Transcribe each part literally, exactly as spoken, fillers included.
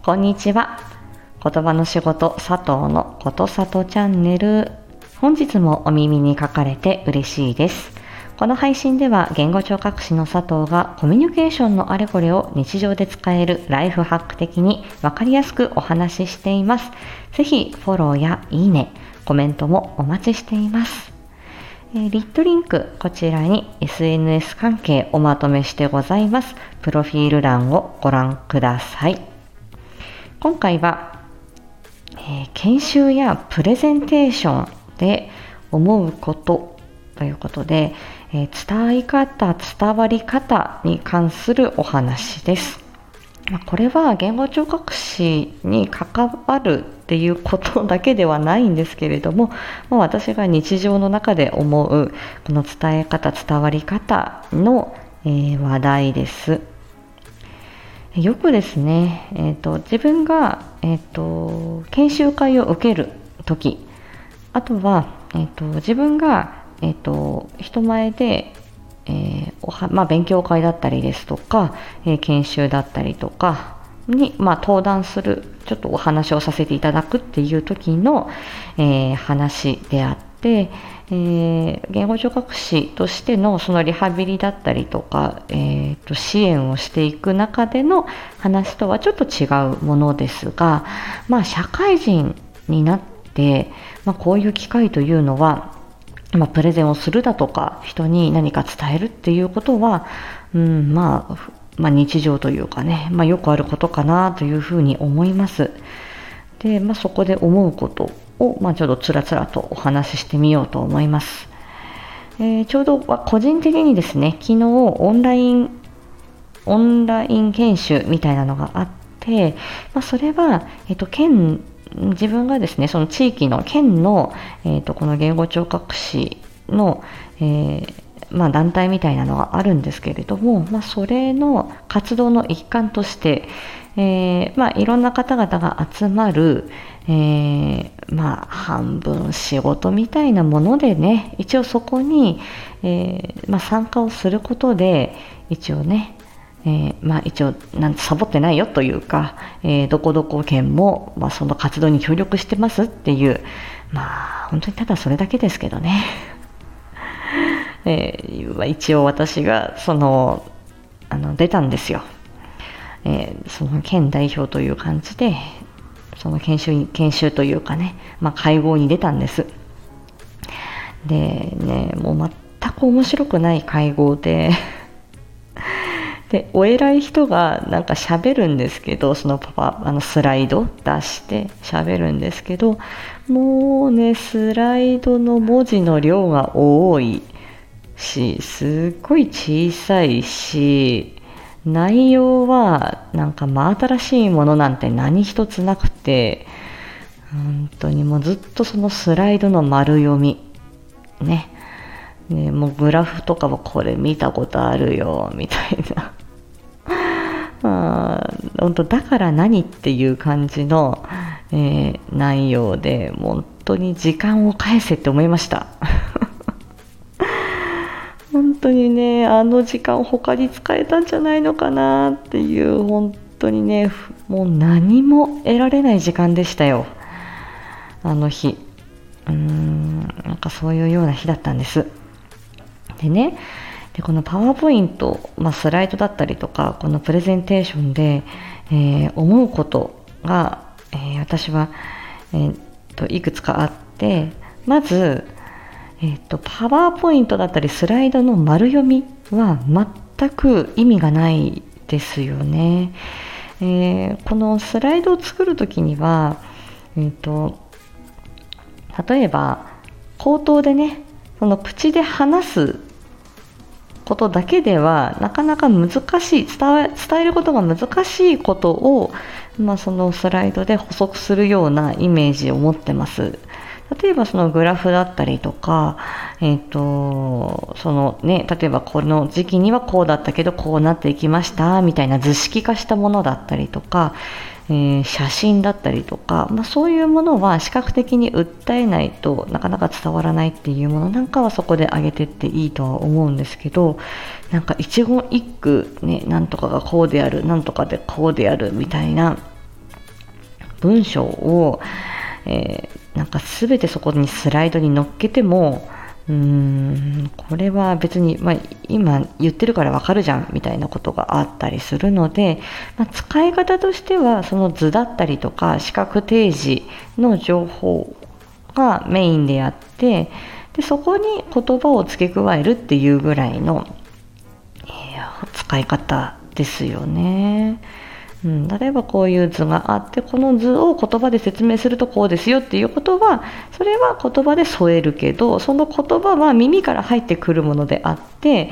こんにちは。言葉の仕事佐藤のことさとチャンネル。本日もお耳に書かれて嬉しいです。この配信では言語聴覚士の佐藤がコミュニケーションのあれこれを日常で使えるライフハック的にわかりやすくお話ししています。ぜひフォローやいいね、コメントもお待ちしています。えー、リットリンク、こちらに エスエヌエス 関係おまとめしてございます。プロフィール欄をご覧ください。今回は、えー、研修やプレゼンテーションで思うことということで、えー、伝え方、伝わり方に関するお話です。まあ、これは言語聴覚士に関わるっていうことだけではないんですけれども、まあ、私が日常の中で思うこの伝え方、伝わり方の、えー、話題です。よくですね、えーと、自分が、えーと、研修会を受けるとき、あとは、えーと、自分が、えーと、人前で、えーおはまあ、勉強会だったりですとか、えー、研修だったりとかに、まあ、登壇する、ちょっとお話をさせていただくっていう時の、えー、話であって、えー、言語聴覚士としてのそのリハビリだったりとか、えー、と支援をしていく中での話とはちょっと違うものですが、まあ、社会人になって、まあ、こういう機会というのは、まあ、プレゼンをするだとか人に何か伝えるっていうことは、うんまあ、まあ日常というかね、まあ、よくあることかなというふうに思います。で、まあ、そこで思うことを、まあ、ちょっとつらつらとお話ししてみようと思います。えー、ちょうど個人的にですね、昨日オンラインオンライン研修みたいなのがあって、まあ、それは、えっと、県自分がですね、その地域の県の、えー、とこの言語聴覚士の、えーまあ、団体みたいなのがあるんですけれども、まあ、それの活動の一環として、えーまあ、いろんな方々が集まる、えーまあ、半分仕事みたいなものでね、一応そこに、えーまあ、参加をすることで一応ね、えーまあ、一応なんサボってないよというか、えー、どこどこ県も、まあ、その活動に協力してますっていう、まあ本当にただそれだけですけどね、えーまあ、一応私がそのあの出たんですよ、えー、その県代表という感じでその研修研修というかね、まあ、会合に出たんです。でね、もう全く面白くない会合ででお偉い人がなんか喋るんですけど、そのパパあのスライド出して喋るんですけど、もうねスライドの文字の量が多いし、すっごい小さいし、内容はなんか真新しいものなんて何一つなくて、本当にもうずっとそのスライドの丸読みね。ね、もうグラフとかもこれ見たことあるよみたいなあ本当だから何っていう感じの、えー、内容で、本当に時間を返せって思いました本当にね、あの時間他に使えたんじゃないのかなっていう、本当にね、もう何も得られない時間でしたよ、あの日。うーんなんかそういうような日だったんです。でね、でこのパワーポイント、まあ、スライドだったりとかこのプレゼンテーションで、えー、思うことが、えー、私は、えー、といくつかあって、まず、えー、とパワーポイントだったりスライドの丸読みは全く意味がないですよね。えー、このスライドを作るときには、えー、と例えば口頭でね、その口で話すことだけではなかなか難しい、伝え、伝えることが難しいことを、まあ、そのスライドで補足するようなイメージを持ってます。例えばそのグラフだったりとか、えーと、そのね、例えばこの時期にはこうだったけどこうなっていきましたみたいな図式化したものだったりとか、えー、写真だったりとか、まあ、そういうものは視覚的に訴えないとなかなか伝わらないっていうものなんかはそこで上げてっていいとは思うんですけど、なんか一言一句ね、なんとかがこうである、なんとかでこうであるみたいな、 文章を、えー、なんか全てそこにスライドに載っけても、うーんこれは別に、まあ、今言ってるからわかるじゃんみたいなことがあったりするので、まあ、使い方としてはその図だったりとか視覚提示の情報がメインであって、でそこに言葉を付け加えるっていうぐらいの、えー、使い方ですよね。うん、例えばこういう図があって、この図を言葉で説明するとこうですよっていうことは、それは言葉で添えるけど、その言葉は耳から入ってくるものであって、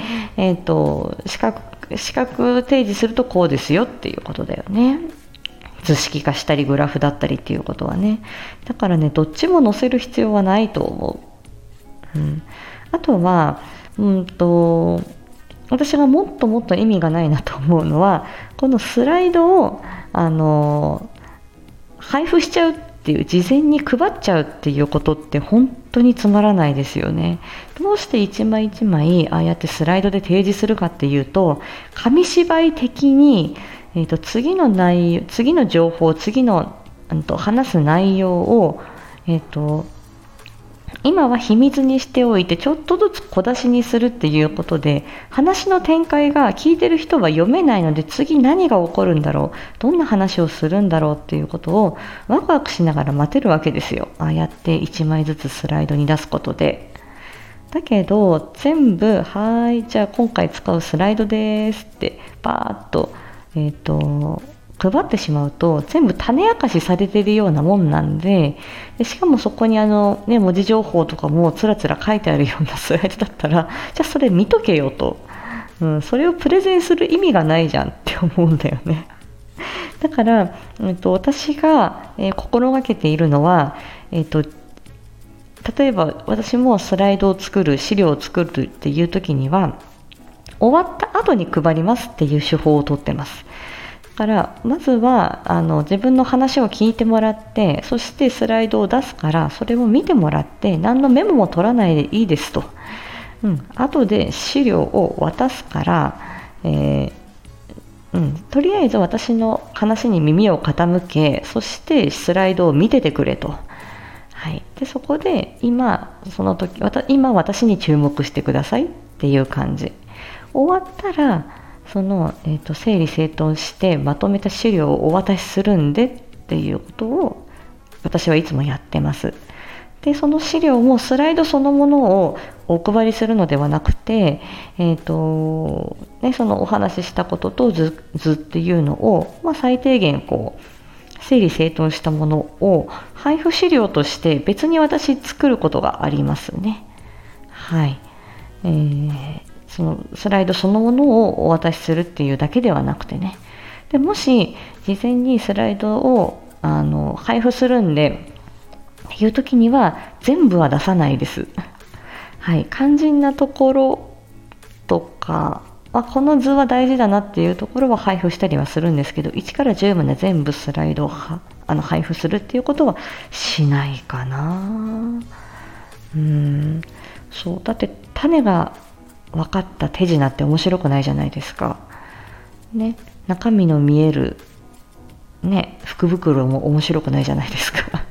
えーと、視覚、視覚提示するとこうですよっていうことだよね。図式化したりグラフだったりっていうことはね。だからね、どっちも載せる必要はないと思う。うん、あとは、うんと私がもっともっと意味がないなと思うのは、このスライドをあの配布しちゃうっていう、事前に配っちゃうっていうことって本当につまらないですよね。どうして一枚一枚ああやってスライドで提示するかっていうと、紙芝居的に、えーと、次の内容、次の情報、次の、うんと、話す内容を、えーと今は秘密にしておいてちょっとずつ小出しにするっていうことで、話の展開が聞いてる人は読めないので、次何が起こるんだろう、どんな話をするんだろうっていうことをワクワクしながら待てるわけですよ。ああやっていちまいずつスライドに出すことで。だけど全部はいじゃあ今回使うスライドですってバーッと、えーと配ってしまうと全部種明かしされているようなもんなんで、でしかもそこにあの、ね、文字情報とかもつらつら書いてあるようなスライドだったら、じゃあそれ見とけよと、うん、それをプレゼンする意味がないじゃんって思うんだよね。だから、えっと、私が、えー、心がけているのは、えっと、例えば私もスライドを作る、資料を作るっていう時には、終わった後に配りますっていう手法をとってます。だからまずはあの自分の話を聞いてもらって、そしてスライドを出すからそれを見てもらって、何のメモも取らないでいいですと、うん、後で資料を渡すから、えーうん、とりあえず私の話に耳を傾け、そしてスライドを見ててくれと、はい、でそこで今その時今私に注目してくださいっていう感じ。終わったらその、えーと、整理整頓してまとめた資料をお渡しするんでっていうことを私はいつもやってます。でその資料もスライドそのものをお配りするのではなくて、えーとね、そのお話ししたことと図、図っていうのを、まあ、最低限こう整理整頓したものを配布資料として別に私作ることがありますね。はい、えーそのスライドそのものをお渡しするっていうだけではなくてね。でもし事前にスライドをあの配布するんでっていう時には全部は出さないです。はい、肝心なところとか、あ、この図は大事だなっていうところは配布したりはするんですけど、いちからじゅうまで全部スライドをはあの配布するっていうことはしないかな。うーん、そうだって種が分かった手品って面白くないじゃないですか、ね、中身の見える、ね、福袋も面白くないじゃないですかだ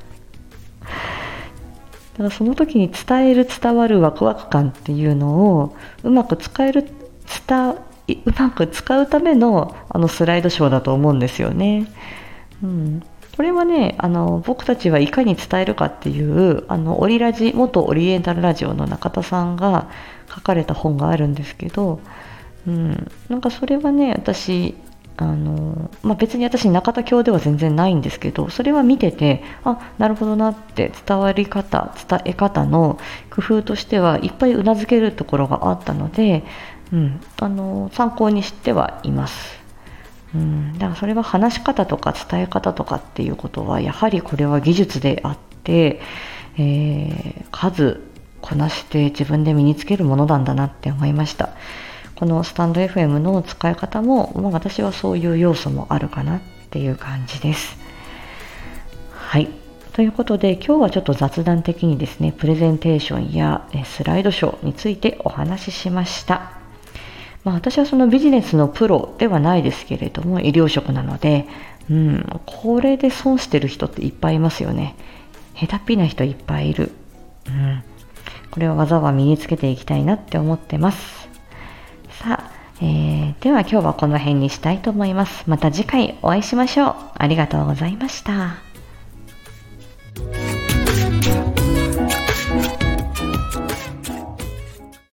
からその時に伝える伝わるワクワク感っていうのをうまく使える伝うまく使うためのあのスライドショーだと思うんですよね。うん、これはね、あの僕たちはいかに伝えるかっていうあのオリラジ元オリエンタルラジオの中田さんが書かれた本があるんですけど、うん、なんかそれはね、私あの、まあ、別に私中田教では全然ないんですけど、それは見てて、あ、なるほどなって、伝わり方伝え方の工夫としてはいっぱいうなずけるところがあったので、うん、あの参考にしてはいます。うん、だからそれは話し方とか伝え方とかっていうことはやはりこれは技術であって、えー、数こなして自分で身につけるものなんだなって思いました。このスタンド エフエム の使い方も、まあ、私はそういう要素もあるかなっていう感じです。はい、ということで今日はちょっと雑談的にですね、プレゼンテーションやスライドショーについてお話ししました。 まあ、私はそのビジネスのプロではないですけれども、医療職なので、うん、これで損してる人っていっぱいいますよね。下手っぴな人いっぱいいる。うん、これは技は身につけていきたいなって思ってます。さあ、えー、では今日はこの辺にしたいと思います。また次回お会いしましょう。ありがとうございました。